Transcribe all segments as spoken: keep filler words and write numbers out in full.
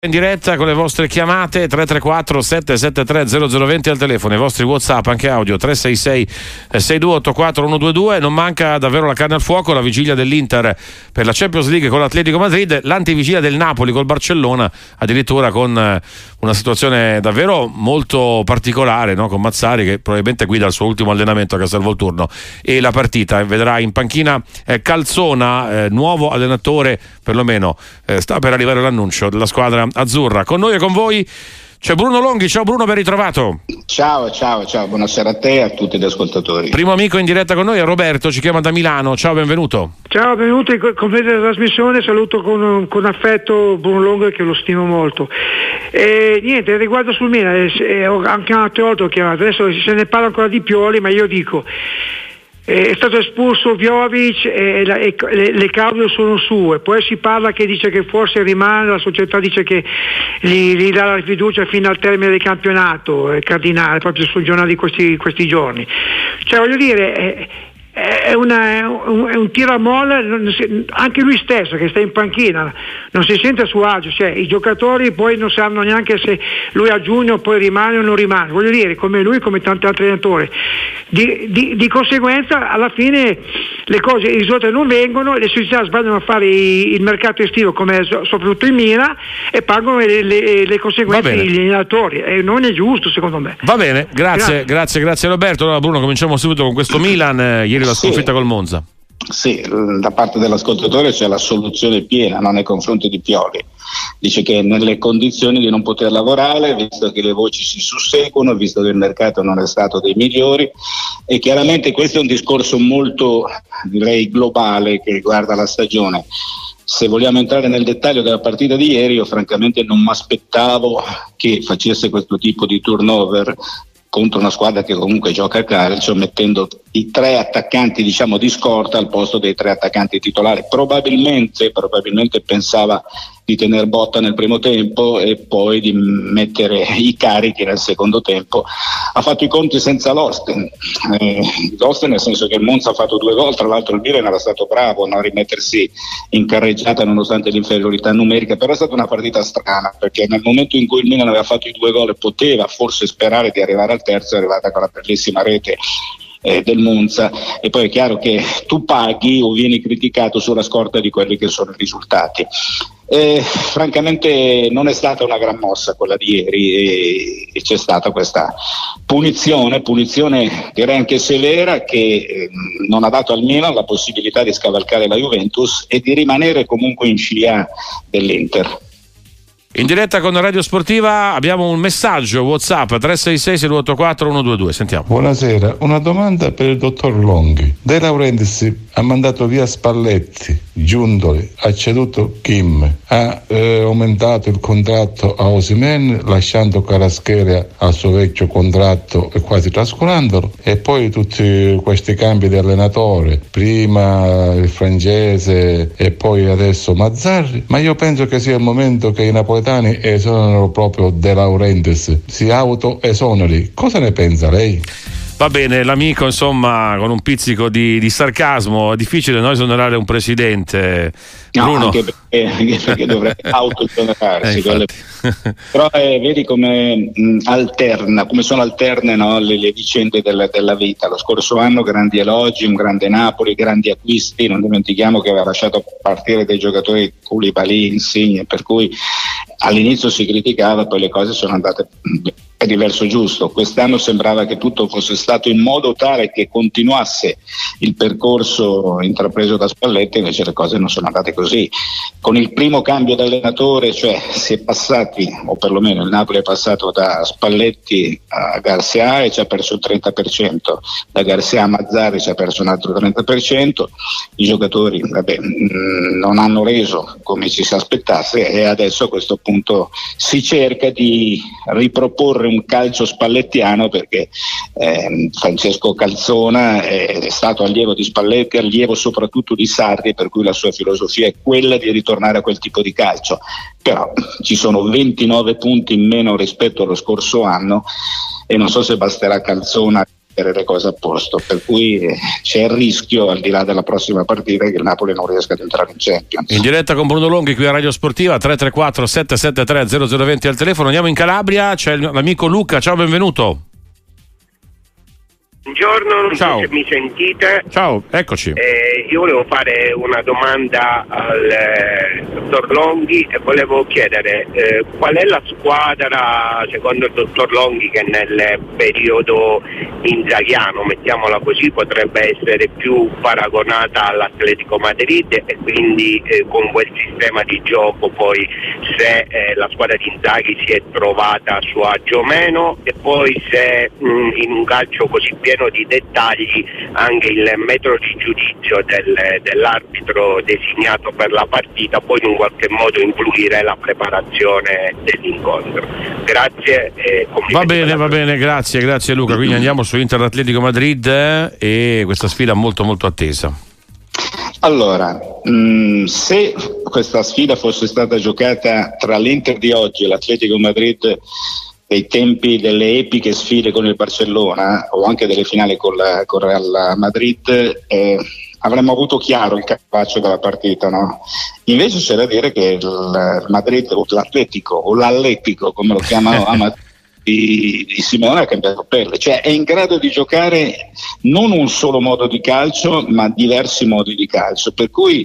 In diretta con le vostre chiamate tre tre quattro sette sette tre zero zero due zero al telefono, i vostri WhatsApp anche audio tre sei sei sei due otto quattro uno due due. Non manca davvero la carne al fuoco, la vigilia dell'Inter per la Champions League con l'Atletico Madrid, l'antivigilia del Napoli col Barcellona, addirittura con una situazione davvero molto particolare, no? Con Mazzari che probabilmente guida il suo ultimo allenamento a Castelvolturno, e la partita vedrà in panchina eh, Calzona, eh, nuovo allenatore, perlomeno eh, sta per arrivare l'annuncio della squadra azzurra. Con noi e con voi c'è Bruno Longhi. Ciao Bruno, ben ritrovato. Ciao, ciao, ciao, buonasera a te e a tutti gli ascoltatori. Primo amico in diretta con noi è Roberto, ci chiama da Milano. Ciao, benvenuto. Ciao, benvenuto in completa trasmissione. Saluto con, con affetto Bruno Longhi, che lo stimo molto. E niente, riguardo sul Milan, eh, anche un'altra volta ho chiamato, adesso se ne parla ancora di Pioli, ma io dico: è stato espulso Vjovic e, la, e le, le cause sono sue, poi si parla che dice che forse rimane, la società dice che gli, gli dà la fiducia fino al termine del campionato, è Cardinale, proprio sul giornale di questi, questi giorni. Cioè, voglio dire, è, è, una, è, un, è un tiro a molla, anche lui stesso che sta in panchina non si sente a suo agio, cioè i giocatori poi non sanno neanche se lui a giugno poi rimane o non rimane, voglio dire, come lui, come tanti altri allenatori. Di, di, di conseguenza alla fine le cose risolte non vengono, le società sbagliano a fare i, il mercato estivo, come soprattutto in Mina, e pagano le, le, le conseguenze gli allenatori, e non è giusto secondo me. Va bene, grazie, grazie, grazie, grazie Roberto. Allora Bruno, cominciamo subito con questo Milan, eh, ieri la sconfitta sì. col Monza. Sì, da parte dell'ascoltatore c'è la soluzione piena, no, nei confronti di Pioli. Dice che è nelle condizioni di non poter lavorare, visto che le voci si susseguono, visto che il mercato non è stato dei migliori, e chiaramente questo è un discorso molto, direi, globale che riguarda la stagione. Se vogliamo entrare nel dettaglio della partita di ieri, io francamente non mi aspettavo che facesse questo tipo di turnover contro una squadra che comunque gioca a calcio, mettendo i tre attaccanti, diciamo, di scorta al posto dei tre attaccanti titolari. Probabilmente, probabilmente pensava di tener botta nel primo tempo e poi di mettere i carichi nel secondo tempo. Ha fatto i conti senza l'Osten, eh, l'Osten nel senso che il Monza ha fatto due gol, tra l'altro il Milan era stato bravo a non rimettersi in carreggiata nonostante l'inferiorità numerica, però è stata una partita strana, perché nel momento in cui il Milan aveva fatto i due gol e poteva forse sperare di arrivare al terzo, è arrivata con la bellissima rete Eh, del Monza, e poi è chiaro che tu paghi o vieni criticato sulla scorta di quelli che sono i risultati. Eh, francamente non è stata una gran mossa quella di ieri, e, e c'è stata questa punizione, punizione direi anche severa, che eh, non ha dato al Milan la possibilità di scavalcare la Juventus e di rimanere comunque in scia dell'Inter. In diretta con la Radio Sportiva abbiamo un messaggio WhatsApp tre sei sei sei due otto quattro uno due due, sentiamo. Buonasera, una domanda per il dottor Longhi. De Laurentiis ha mandato via Spalletti, Giuntoli, ha ceduto Kim, ha eh, aumentato il contratto a Osimhen lasciando Kvaratskhelia al suo vecchio contratto e quasi trascurandolo, e poi tutti questi cambi di allenatore, prima il francese e poi adesso Mazzarri, ma io penso che sia il momento che i napoletani esonerano proprio De Laurentiis, si auto-esoneri. Cosa ne pensa lei? Va bene, l'amico insomma con un pizzico di, di sarcasmo. È difficile noi esonerare un presidente, no, Bruno. Anche perché, anche perché dovrebbe auto-esonerarsi. eh, però eh, vedi come mh, alterna, come sono alterne, no, le, le vicende della, della vita. Lo scorso anno grandi elogi, un grande Napoli, grandi acquisti, non dimentichiamo che aveva lasciato partire dei giocatori Koulibaly, Insigne, per cui all'inizio si criticava, poi le cose sono andate è diverso giusto. Quest'anno sembrava che tutto fosse stato in modo tale che continuasse il percorso intrapreso da Spalletti, invece le cose non sono andate così. Con il primo cambio d'allenatore, cioè si è passati, o perlomeno il Napoli è passato da Spalletti a Garcia e ci ha perso il trenta per cento, da Garcia a Mazzarri ci ha perso un altro trenta per cento, i giocatori vabbè, mh, non hanno reso come ci si aspettasse, e adesso a questo punto si cerca di riproporre un calcio spallettiano, perché eh, Francesco Calzona è, è stato allievo di Spalletti, allievo soprattutto di Sarri, per cui la sua filosofia è quella di ritornare a quel tipo di calcio. Però ci sono ventinove punti in meno rispetto allo scorso anno, e non so se basterà Calzona le cose a posto, per cui eh, c'è il rischio, al di là della prossima partita, che il Napoli non riesca ad entrare in Champions. In diretta con Bruno Longhi qui a Radio Sportiva, tre tre quattro sette sette tre zero zero due zero al telefono. Andiamo in Calabria, c'è l'amico Luca. Ciao, benvenuto. Buongiorno, non Ciao. so se mi sentite. Ciao, eccoci. Eh, io volevo fare una domanda al eh, dottor Longhi e volevo chiedere eh, qual è la squadra, secondo il dottor Longhi, che nel periodo inzaghiano, mettiamola così, potrebbe essere più paragonata all'Atletico Madrid, e quindi eh, con quel sistema di gioco poi se eh, la squadra di Inzaghi si è trovata a suo agio o meno, e poi se mh, in un calcio così pieno di dettagli anche il metro di giudizio del, dell'arbitro designato per la partita può in un qualche modo influire la preparazione dell'incontro. Grazie. E va bene, va bene, grazie, grazie Luca. Quindi andiamo su Inter Atletico Madrid eh, e questa sfida molto molto attesa. Allora, mh, se questa sfida fosse stata giocata tra l'Inter di oggi e l'Atletico Madrid dei tempi delle epiche sfide con il Barcellona o anche delle finali con la, con Real Madrid, eh, avremmo avuto chiaro il capriccio della partita, no? Invece c'è da dire che il Madrid o l'Atletico o l'Atletico, come lo chiamano ama, di, di Simeone, ha cambiato pelle, cioè è in grado di giocare non un solo modo di calcio ma diversi modi di calcio, per cui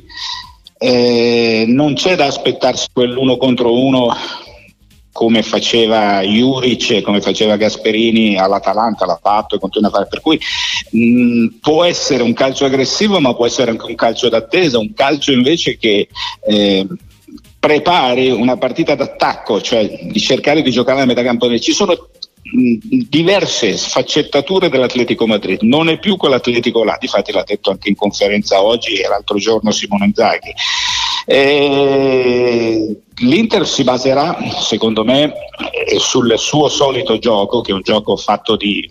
eh, non c'è da aspettarsi quell'uno contro uno come faceva Juric, come faceva Gasperini all'Atalanta, l'ha fatto e continua a fare, per cui mh, può essere un calcio aggressivo ma può essere anche un calcio d'attesa, un calcio invece che eh, prepari una partita d'attacco, cioè di cercare di giocare a metà campo. Ci sono mh, diverse sfaccettature dell'Atletico Madrid, non è più quell'Atletico là, difatti l'ha detto anche in conferenza oggi e l'altro giorno Simone Inzaghi. E l'Inter si baserà, secondo me, sul suo solito gioco, che è un gioco fatto di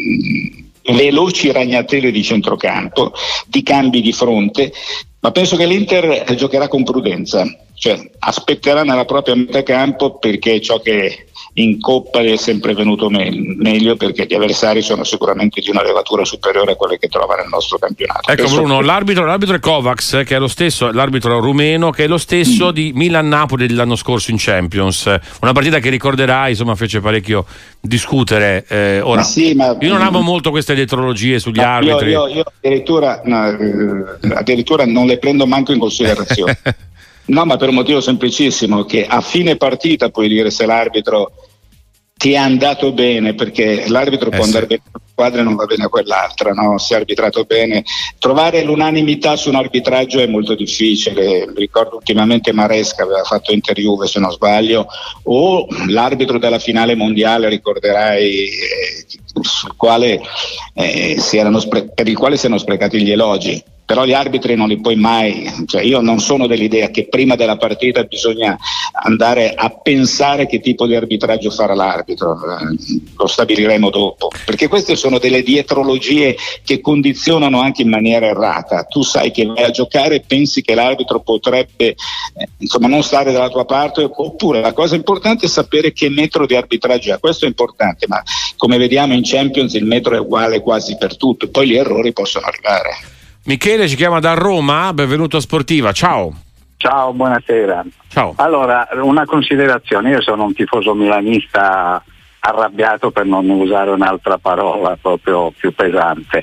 mh, veloci ragnatele di centrocampo, di cambi di fronte, ma penso che l'Inter giocherà con prudenza, cioè aspetterà nella propria metà campo, perché ciò che in Coppa è sempre venuto me- meglio, perché gli avversari sono sicuramente di una levatura superiore a quelle che trova nel nostro campionato. Ecco Penso Bruno, che... l'arbitro, l'arbitro è Kovacs, che è lo stesso, l'arbitro rumeno, che è lo stesso mm. di Milan-Napoli dell'anno scorso in Champions, una partita che ricorderai, insomma, fece parecchio discutere. Eh, ora, ma sì, ma... io non amo molto queste dietrologie sugli no, arbitri. Io, io, io addirittura, no, addirittura non le prendo manco in considerazione. No, ma per un motivo semplicissimo, che a fine partita puoi dire se l'arbitro ti è andato bene, perché l'arbitro eh può sì. andare bene a una squadra e non va bene a quell'altra, no? Si è arbitrato bene. Trovare l'unanimità su un arbitraggio è molto difficile. Ricordo ultimamente Maresca aveva fatto Inter-Juve, se non sbaglio, o l'arbitro della finale mondiale, ricorderai, eh, sul quale, eh, si erano spre- per il quale si erano sprecati gli elogi. Però gli arbitri non li puoi mai, cioè io non sono dell'idea che prima della partita bisogna andare a pensare che tipo di arbitraggio farà l'arbitro, eh, lo stabiliremo dopo, perché queste sono delle dietrologie che condizionano anche in maniera errata. Tu sai che vai a giocare e pensi che l'arbitro potrebbe eh, insomma non stare dalla tua parte, oppure la cosa importante è sapere che metro di arbitraggio ha, questo è importante, ma come vediamo in Champions il metro è uguale quasi per tutto, poi gli errori possono arrivare. Michele ci chiama da Roma, benvenuto a Sportiva, ciao. Ciao, buonasera. Ciao. Allora, una considerazione, io sono un tifoso milanista arrabbiato, per non usare un'altra parola proprio più pesante.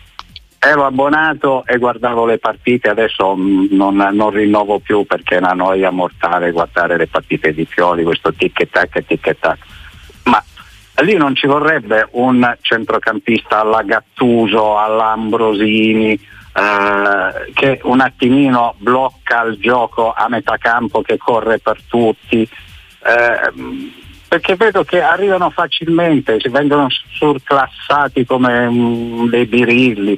Ero abbonato e guardavo le partite, adesso non, non rinnovo più perché è una noia mortale guardare le partite di Pioli, questo tic e tac e tic e tac. Ma lì non ci vorrebbe un centrocampista alla Gattuso, all'Ambrosini, eh, che un attimino blocca il gioco a metà campo, che corre per tutti, eh, perché vedo che arrivano facilmente, si vengono surclassati come um, dei birilli.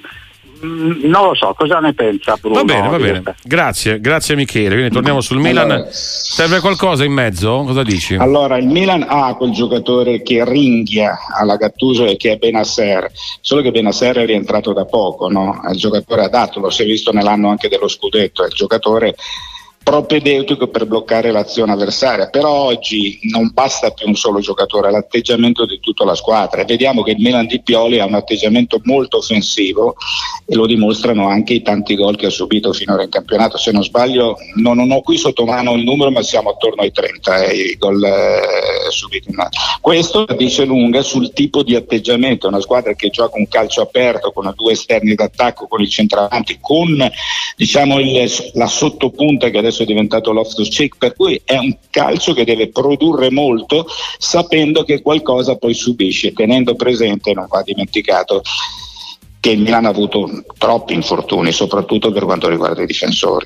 Non lo so, cosa ne pensa Bruno? Va bene, va bene. Grazie, grazie Michele. Quindi torniamo sul Milan. Allora, serve qualcosa in mezzo? Cosa dici? Allora, il Milan ha quel giocatore che ringhia alla Gattuso e che è Benasser, solo che Benasser è rientrato da poco, no? È il giocatore adatto, lo si è visto nell'anno anche dello scudetto, è il giocatore propedeutico per bloccare l'azione avversaria, però oggi non basta più un solo giocatore, è l'atteggiamento di tutta la squadra e vediamo che il Milan di Pioli ha un atteggiamento molto offensivo e lo dimostrano anche i tanti gol che ha subito finora in campionato. Se non sbaglio, no, non ho qui sotto mano il numero, ma siamo attorno ai trenta eh, i gol eh, subiti. Questo dice lunga sul tipo di atteggiamento, una squadra che gioca un calcio aperto con due esterni d'attacco, con il centravanti, con diciamo il, la sottopunta che adesso è diventato Loftus-Cheek, per cui è un calcio che deve produrre molto sapendo che qualcosa poi subisce, tenendo presente, non va dimenticato, che il Milan ha avuto troppi infortuni, soprattutto per quanto riguarda i difensori.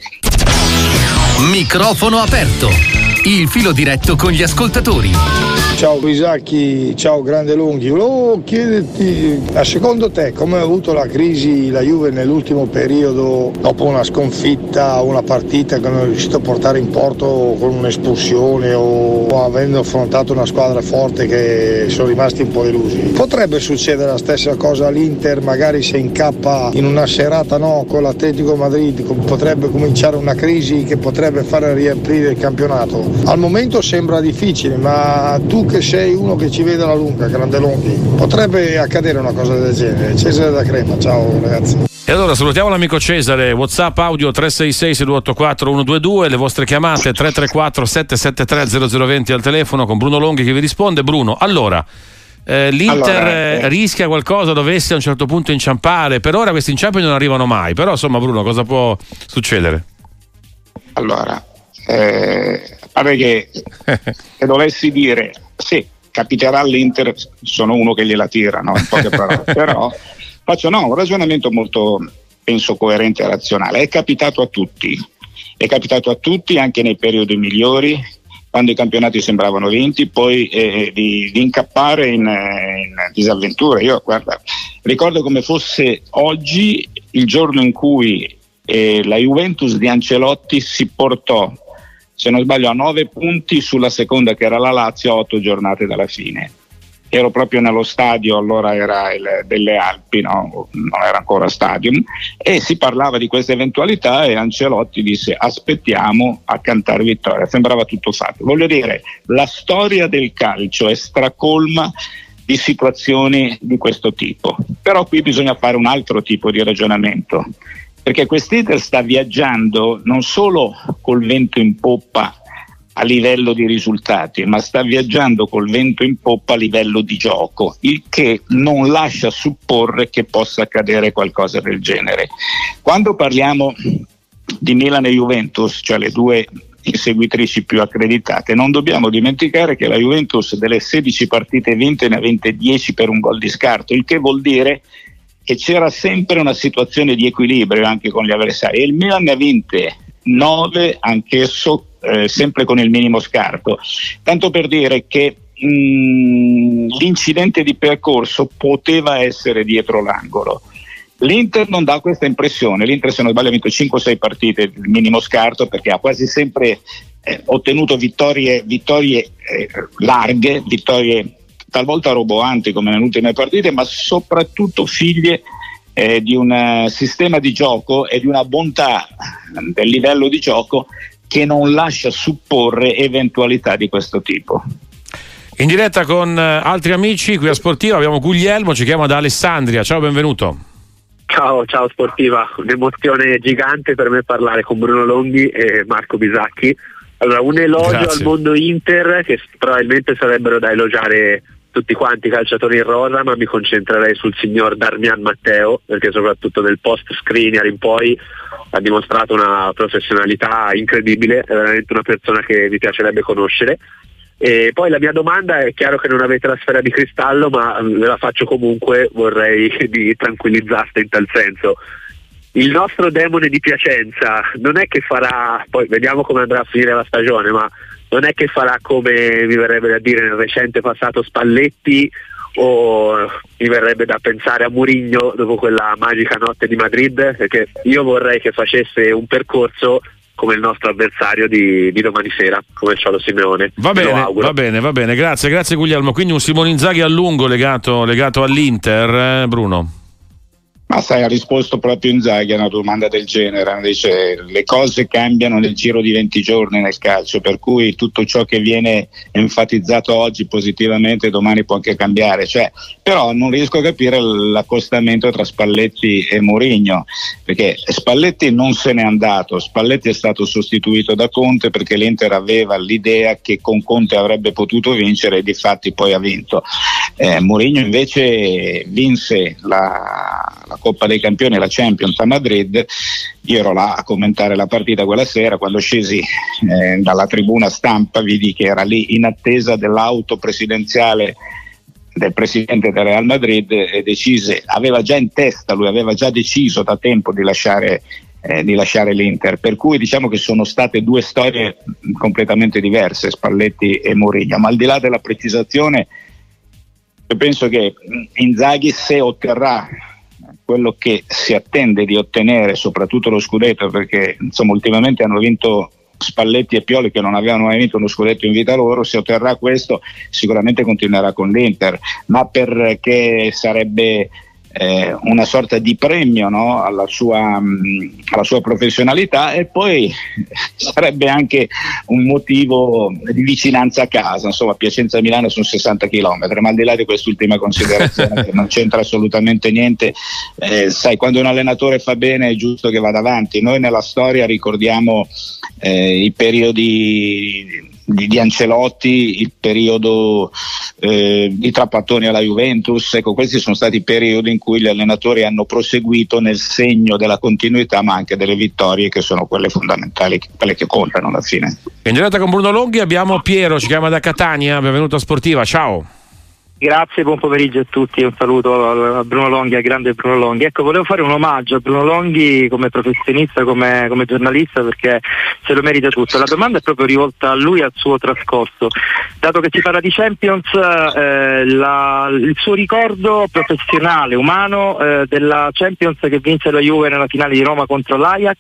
Microfono aperto, il filo diretto con gli ascoltatori. Ciao Bisacchi, ciao Grande Lunghi. Volevo chiederti, a secondo te, come ha avuto la crisi la Juve nell'ultimo periodo dopo una sconfitta, una partita che non è riuscito a portare in porto con un'espulsione o avendo affrontato una squadra forte che sono rimasti un po' delusi? Potrebbe succedere la stessa cosa all'Inter, magari se incappa in una serata no con l'Atletico Madrid, potrebbe cominciare una crisi che potrebbe fare riaprire il campionato. Al momento sembra difficile, ma tu che sei uno che ci vede alla lunga, Grande Lunghi, potrebbe accadere una cosa del genere. Cesare da Crema, ciao ragazzi. E allora salutiamo l'amico Cesare. WhatsApp audio tre sei sei sei due otto quattro uno due due, le vostre chiamate tre tre quattro sette sette tre zero zero due zero al telefono con Bruno Longhi che vi risponde. Bruno, allora eh, l'Inter allora, eh. rischia qualcosa, dovesse a un certo punto inciampare, per ora questi inciampi non arrivano mai, però insomma Bruno, cosa può succedere? Allora eh, pare che se dovessi dire sì, capiterà all'Inter, sono uno che gliela tira, no? In poche parole, però faccio no, un ragionamento molto, penso, coerente e razionale. È capitato a tutti, è capitato a tutti anche nei periodi migliori, quando i campionati sembravano vinti, poi eh, di, di incappare in, in disavventure. Io guarda, ricordo come fosse oggi il giorno in cui eh, la Juventus di Ancelotti si portò, se non sbaglio, a nove punti sulla seconda che era la Lazio a otto giornate dalla fine. Ero proprio nello stadio, allora era il delle Alpi, no? Non era ancora Stadium, e si parlava di questa eventualità e Ancelotti disse aspettiamo a cantare vittoria, sembrava tutto fatto. Voglio dire, la storia del calcio è stracolma di situazioni di questo tipo, però qui bisogna fare un altro tipo di ragionamento, perché quest'Inter sta viaggiando non solo col vento in poppa a livello di risultati, ma sta viaggiando col vento in poppa a livello di gioco, il che non lascia supporre che possa accadere qualcosa del genere. Quando parliamo di Milan e Juventus, cioè le due inseguitrici più accreditate, non dobbiamo dimenticare che la Juventus delle sedici partite vinte ne ha vinte dieci per un gol di scarto, il che vuol dire che c'era sempre una situazione di equilibrio anche con gli avversari, e il Milan ne ha vinte nove, anch'esso eh, sempre con il minimo scarto, tanto per dire che mh, l'incidente di percorso poteva essere dietro l'angolo. L'Inter non dà questa impressione, l'Inter se non sbaglio ha vinto cinque o sei partite, il minimo scarto, perché ha quasi sempre eh, ottenuto vittorie, vittorie eh, larghe, vittorie talvolta roboanti come nelle ultime partite, ma soprattutto figlie eh, di un uh, sistema di gioco e di una bontà del livello di gioco che non lascia supporre eventualità di questo tipo. In diretta con uh, altri amici qui a Sportiva abbiamo Guglielmo, ci chiama da Alessandria. Ciao, benvenuto. Ciao, ciao Sportiva, un'emozione gigante per me parlare con Bruno Longhi e Marco Bisacchi. Allora, un elogio Grazie. Al mondo Inter, che probabilmente sarebbero da elogiare tutti quanti i calciatori in rosa, ma mi concentrerei sul signor Darmian Matteo, perché soprattutto nel post Skriniar in poi ha dimostrato una professionalità incredibile, è veramente una persona che mi piacerebbe conoscere. E poi la mia domanda, è chiaro che non avete la sfera di cristallo, ma ve la faccio comunque, vorrei vi tranquillizzaste in tal senso. Il nostro demone di Piacenza non è che farà, poi vediamo come andrà a finire la stagione, ma non è che farà come mi verrebbe da dire nel recente passato Spalletti, o mi verrebbe da pensare a Mourinho dopo quella magica notte di Madrid, perché io vorrei che facesse un percorso come il nostro avversario di, di domani sera, come il Cholo Simeone. Va bene, va bene, va bene, grazie, grazie Guglielmo. Quindi un Simone Inzaghi a lungo legato, legato all'Inter, eh, Bruno? Ma sai, ha risposto proprio Inzaghi a una domanda del genere, dice le cose cambiano nel giro di venti giorni nel calcio, per cui tutto ciò che viene enfatizzato oggi positivamente domani può anche cambiare, cioè, però non riesco a capire l'accostamento tra Spalletti e Mourinho, perché Spalletti non se n'è andato, Spalletti è stato sostituito da Conte perché l'Inter aveva l'idea che con Conte avrebbe potuto vincere e di fatti poi ha vinto. eh, Mourinho invece vinse la, la Coppa dei Campioni e la Champions a Madrid. Io ero là a commentare la partita quella sera, quando scesi eh, dalla tribuna stampa vidi che era lì in attesa dell'auto presidenziale del presidente del Real Madrid e decise, aveva già in testa, lui aveva già deciso da tempo di lasciare eh, di lasciare l'Inter, per cui diciamo che sono state due storie completamente diverse, Spalletti e Mourinho, ma al di là della precisazione io penso che Inzaghi, se otterrà quello che si attende di ottenere, soprattutto lo scudetto, perché insomma ultimamente hanno vinto Spalletti e Pioli che non avevano mai vinto uno scudetto in vita loro, se otterrà questo sicuramente continuerà con l'Inter, ma perché sarebbe eh, una sorta di premio, no? alla, sua, mh, alla sua professionalità, e poi sarebbe anche un motivo di vicinanza a casa, insomma Piacenza e Milano sono sessanta chilometri, ma al di là di quest'ultima considerazione che non c'entra assolutamente niente, eh, sai, quando un allenatore fa bene è giusto che vada avanti. Noi nella storia ricordiamo eh, i periodi di, di Ancelotti, il periodo eh, di Trapattoni alla Juventus, ecco, questi sono stati periodi in cui gli allenatori hanno proseguito nel segno della continuità ma anche delle vittorie, che sono quelle fondamentali, quelle che contano alla fine. In diretta con Bruno Longhi abbiamo Piero, ci chiama da Catania, benvenuto a Sportiva, ciao. Grazie, buon pomeriggio a tutti, un saluto a Bruno Longhi, al grande Bruno Longhi. Ecco, volevo fare un omaggio a Bruno Longhi come professionista, come, come giornalista, perché se lo merita tutto. La domanda è proprio rivolta a lui e al suo trascorso. Dato che si parla di Champions, eh, la, il suo ricordo professionale, umano, eh, della Champions che vinse la Juve nella finale di Roma contro l'Ajax,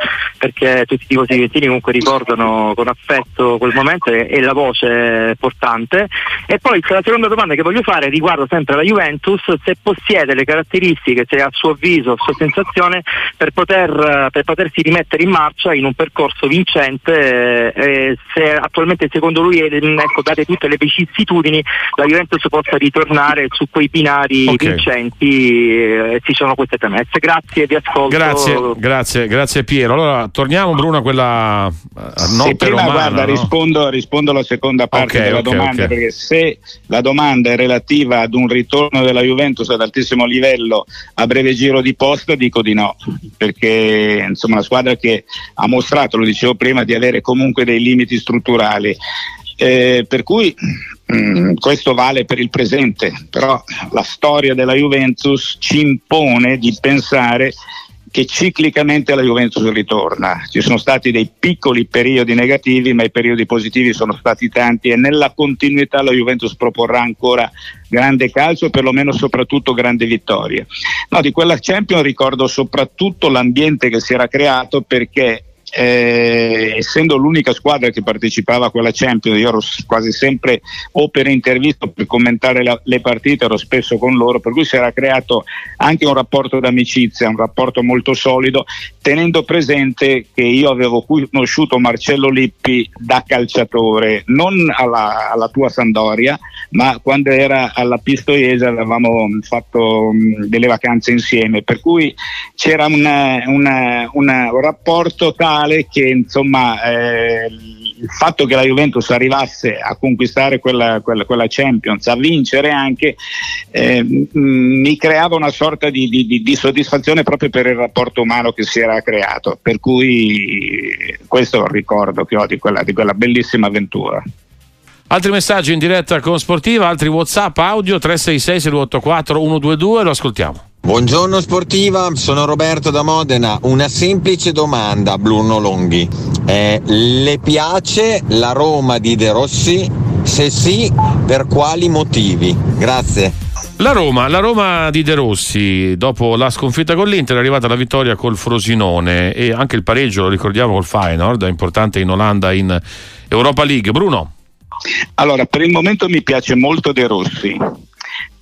perché tutti i tifosi juventini comunque ricordano con affetto quel momento e, e la voce portante. E poi la seconda domanda che voglio fare riguarda sempre la Juventus, se possiede le caratteristiche, se a suo avviso, a sua sensazione, per poter per potersi rimettere in marcia in un percorso vincente, eh, se attualmente secondo lui, ecco, date tutte le vicissitudini, la Juventus possa ritornare su quei binari okay. vincenti, e eh, ci sono queste premesse. Grazie, vi ascolto. Grazie, grazie, grazie Piero. Allora torniamo Bruno a quella uh, sì, prima umana, guarda, no? rispondo, rispondo alla seconda parte okay, della okay, domanda, okay. perché se la domanda è relativa ad un ritorno della Juventus ad altissimo livello a breve giro di posta, dico di no, perché insomma la squadra che ha mostrato, lo dicevo prima, di avere comunque dei limiti strutturali, eh, per cui mh, questo vale per il presente, però la storia della Juventus ci impone di pensare che ciclicamente la Juventus ritorna. Ci sono stati dei piccoli periodi negativi, ma i periodi positivi sono stati tanti, e nella continuità la Juventus proporrà ancora grande calcio e perlomeno soprattutto grandi vittorie. No, di quella Champions ricordo soprattutto l'ambiente che si era creato, perché Eh, essendo l'unica squadra che partecipava a quella Champions, io ero quasi sempre o per intervista o per commentare la, le partite, ero spesso con loro, per cui si era creato anche un rapporto d'amicizia, un rapporto molto solido, tenendo presente che io avevo conosciuto Marcello Lippi da calciatore, non alla, alla tua Sampdoria, ma quando era alla Pistoiese avevamo fatto mh, delle vacanze insieme, per cui c'era una, una, una, un rapporto tale che insomma eh, il fatto che la Juventus arrivasse a conquistare quella, quella, quella Champions, a vincere anche, eh, mh, mi creava una sorta di, di, di soddisfazione proprio per il rapporto umano che si era creato, per cui questo è il ricordo che ho di quella, di quella bellissima avventura. Altri messaggi in diretta con Sportiva, altri WhatsApp audio tre sei sei sei due otto quattro uno due due, lo ascoltiamo. Buongiorno Sportiva, sono Roberto da Modena. Una semplice domanda a Bruno Longhi. Eh, le piace la Roma di De Rossi? Se sì, per quali motivi? Grazie. La Roma, la Roma di De Rossi, dopo la sconfitta con l'Inter è arrivata la vittoria col Frosinone e anche il pareggio, lo ricordiamo, col Feyenoord, è importante in Olanda in Europa League. Bruno? Allora, per il momento mi piace molto De Rossi.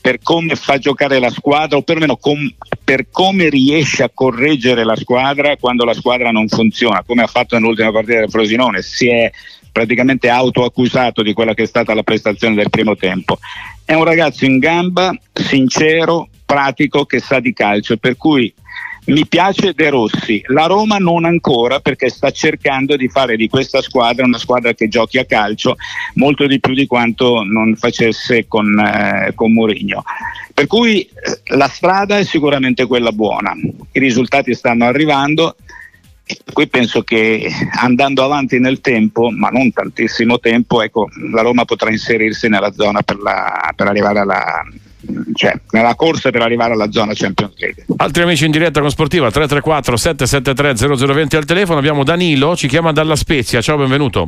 per come fa giocare la squadra, o perlomeno com- per come riesce a correggere la squadra quando la squadra non funziona, come ha fatto nell'ultima partita del Frosinone. Si è praticamente autoaccusato di quella che è stata la prestazione del primo tempo. È un ragazzo in gamba, sincero, pratico, che sa di calcio, per cui mi piace De Rossi. La Roma non ancora, perché sta cercando di fare di questa squadra una squadra che giochi a calcio molto di più di quanto non facesse con, eh, con Mourinho. Per cui eh, la strada è sicuramente quella buona, i risultati stanno arrivando, e per cui penso che andando avanti nel tempo, ma non tantissimo tempo, ecco, la Roma potrà inserirsi nella zona per, la, per arrivare alla cioè nella corsa per arrivare alla zona Champions League. Altri amici in diretta con Sportiva, tre tre quattro sette sette tre zero zero due zero al telefono. Abbiamo Danilo, ci chiama dalla Spezia. Ciao, benvenuto.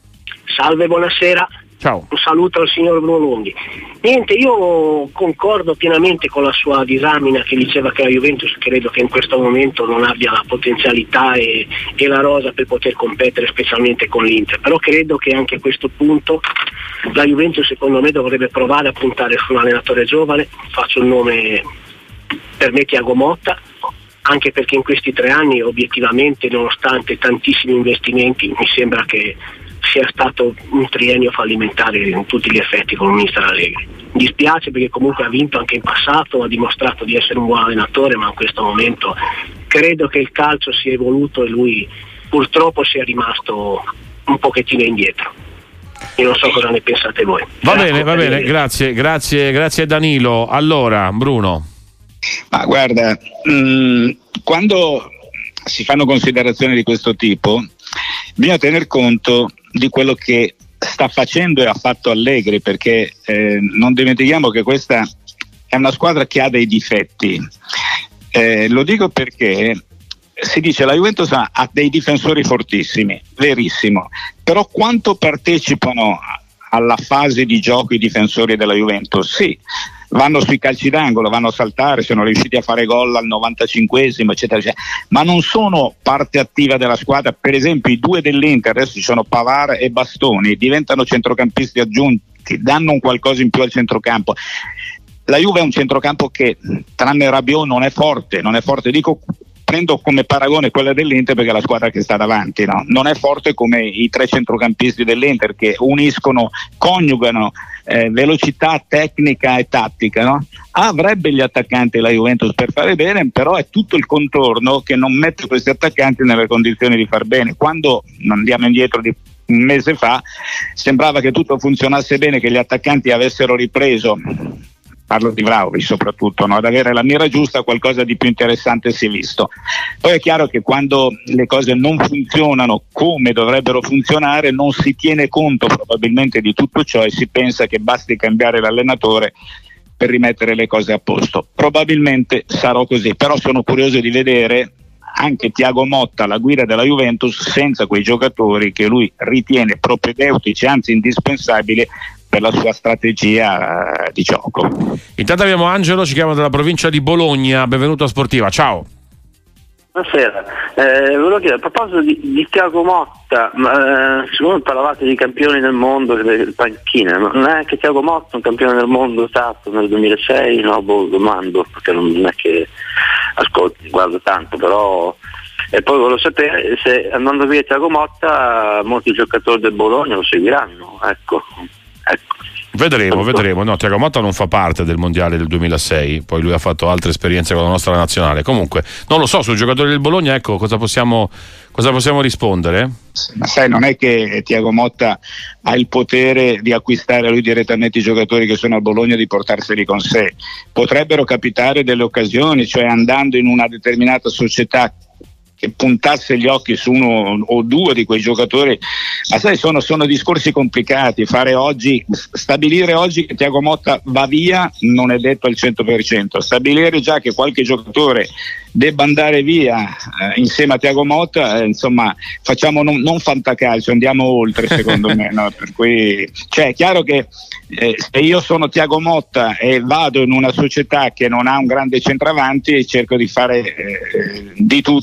Salve, buonasera. Ciao. Un saluto al signor Bruno Longhi. Niente, io concordo pienamente con la sua disamina che diceva che la Juventus credo che in questo momento non abbia la potenzialità e, e la rosa per poter competere specialmente con l'Inter, però credo che anche a questo punto la Juventus secondo me dovrebbe provare a puntare su un allenatore giovane. Faccio il nome per me Thiago Motta, anche perché in questi tre anni obiettivamente, nonostante tantissimi investimenti, mi sembra che sia stato un triennio fallimentare in tutti gli effetti con un mister Allegri. Mi dispiace perché comunque ha vinto anche in passato, ha dimostrato di essere un buon allenatore, ma in questo momento credo che il calcio sia evoluto e lui purtroppo sia rimasto un pochettino indietro. Io non so cosa ne pensate voi. Va Grazie, bene, va bene, grazie, grazie, grazie Danilo. Allora, Bruno. Ma guarda, mh, quando si fanno considerazioni di questo tipo bisogna tener conto di quello che sta facendo e ha fatto Allegri, perché eh, non dimentichiamo che questa è una squadra che ha dei difetti. Eh, lo dico perché si dice la Juventus ha, ha dei difensori fortissimi, verissimo, però quanto partecipano alla fase di gioco i difensori della Juventus? Sì, vanno sui calci d'angolo, vanno a saltare, sono riusciti a fare gol al novantacinquesimo, eccetera, eccetera, ma non sono parte attiva della squadra. Per esempio i due dell'Inter, adesso ci sono Pavard e Bastoni, diventano centrocampisti aggiunti, danno un qualcosa in più al centrocampo. La Juve è un centrocampo che, tranne Rabiot, non è forte, non è forte, dico, prendo come paragone quella dell'Inter perché è la squadra che sta davanti, no? Non è forte come i tre centrocampisti dell'Inter che uniscono, coniugano eh, velocità, tecnica e tattica, no? Avrebbe gli attaccanti la Juventus per fare bene, però è tutto il contorno che non mette questi attaccanti nelle condizioni di far bene. Quando andiamo indietro di un mese fa sembrava che tutto funzionasse bene, che gli attaccanti avessero ripreso, parlo di Vlahovic soprattutto, no? Ad avere la mira giusta, qualcosa di più interessante si è visto. Poi è chiaro che quando le cose non funzionano come dovrebbero funzionare non si tiene conto probabilmente di tutto ciò e si pensa che basti cambiare l'allenatore per rimettere le cose a posto. Probabilmente sarà così, però sono curioso di vedere anche Thiago Motta alla guida della Juventus senza quei giocatori che lui ritiene propedeutici, anzi indispensabili per la sua strategia di gioco. Intanto abbiamo Angelo, ci chiama dalla provincia di Bologna. Benvenuto a Sportiva, ciao. Buonasera, eh, volevo chiedere a proposito di, di Thiago Motta, ma, eh, siccome parlavate di campioni del mondo, delle panchine, ma non è che Thiago Motta un campione del mondo stato nel duemilasei? No, boh, domando, perché non è che ascolto, guardo tanto, però. E poi volevo sapere se andando via Thiago Motta molti giocatori del Bologna lo seguiranno, ecco. ecco. Vedremo, vedremo. No, Thiago Motta non fa parte del mondiale del duemilasei, poi lui ha fatto altre esperienze con la nostra nazionale. Comunque, non lo so, sui giocatori del Bologna, ecco, cosa possiamo, cosa possiamo rispondere? Ma sai, non è che Thiago Motta ha il potere di acquistare lui direttamente i giocatori che sono al Bologna e di portarseli con sé. Potrebbero capitare delle occasioni, cioè andando in una determinata società che puntasse gli occhi su uno o due di quei giocatori, ma sai, sono, sono discorsi complicati. Fare oggi, stabilire oggi che Thiago Motta va via non è detto al cento per cento, stabilire già che qualche giocatore debba andare via eh, insieme a Thiago Motta, eh, insomma facciamo non, non fantacalcio, andiamo oltre secondo me, no? Per cui, cioè, è chiaro che eh, se io sono Thiago Motta e vado in una società che non ha un grande centravanti, cerco di fare eh, di tutto per portare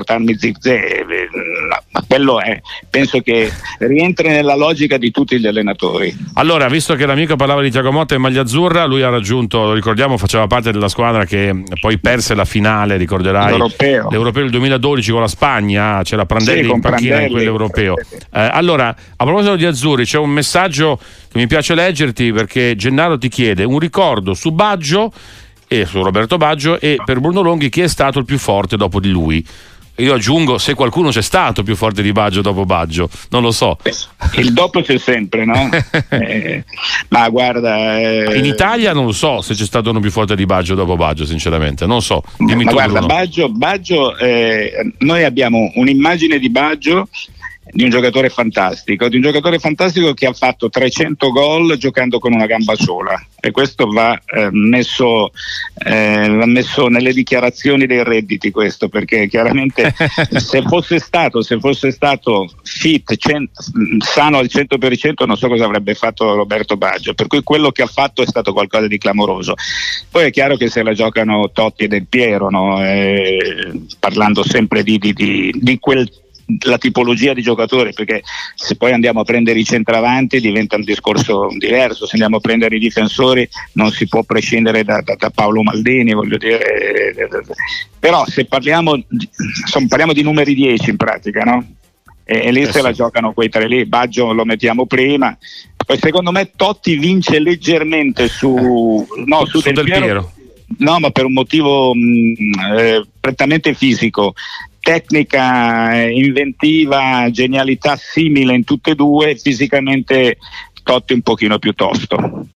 portarmi Zirkzee, ma quello è, penso che rientri nella logica di tutti gli allenatori. Allora, visto che l'amico parlava di Thiago Motta e maglia azzurra, lui ha raggiunto, lo ricordiamo, faceva parte della squadra che poi perse la finale, ricorderai, l'Europeo, l'Europeo del duemiladodici con la Spagna, c'era Prandelli sì, in panchina Prandelli. in quell'Europeo. Eh, allora, a proposito di azzurri, c'è un messaggio che mi piace leggerti, perché Gennaro ti chiede un ricordo su Baggio e su Roberto Baggio, e per Bruno Longhi chi è stato il più forte dopo di lui. Io aggiungo, se qualcuno c'è stato più forte di Baggio dopo Baggio, non lo so. Il dopo c'è sempre, no? eh, ma guarda, eh... in Italia non lo so se c'è stato uno più forte di Baggio dopo Baggio, sinceramente non so. Dimmi ma tu, guarda, Bruno. Baggio, Baggio eh, noi abbiamo un'immagine di Baggio di un giocatore fantastico, di un giocatore fantastico che ha fatto trecento gol giocando con una gamba sola, e questo va eh, messo eh, va messo nelle dichiarazioni dei redditi, questo, perché chiaramente se fosse stato se fosse stato fit, cent, sano al cento per cento, non so cosa avrebbe fatto Roberto Baggio, per cui quello che ha fatto è stato qualcosa di clamoroso. Poi è chiaro che se la giocano Totti e Del Piero, no? eh, parlando sempre di, di, di, di quel la tipologia di giocatore, perché se poi andiamo a prendere i centravanti diventa un discorso diverso, se andiamo a prendere i difensori non si può prescindere da, da, da Paolo Maldini, voglio dire, però se parliamo insomma, parliamo di numeri dieci in pratica, no? E, e lì eh se sì. la giocano quei tre lì. Baggio lo mettiamo prima, poi secondo me Totti vince leggermente su, no, su, su Del, Del Piero, Piero. No, ma per un motivo mh, eh, prettamente fisico. Tecnica, inventiva, genialità simile in tutte e due, fisicamente Totti un pochino più tosto.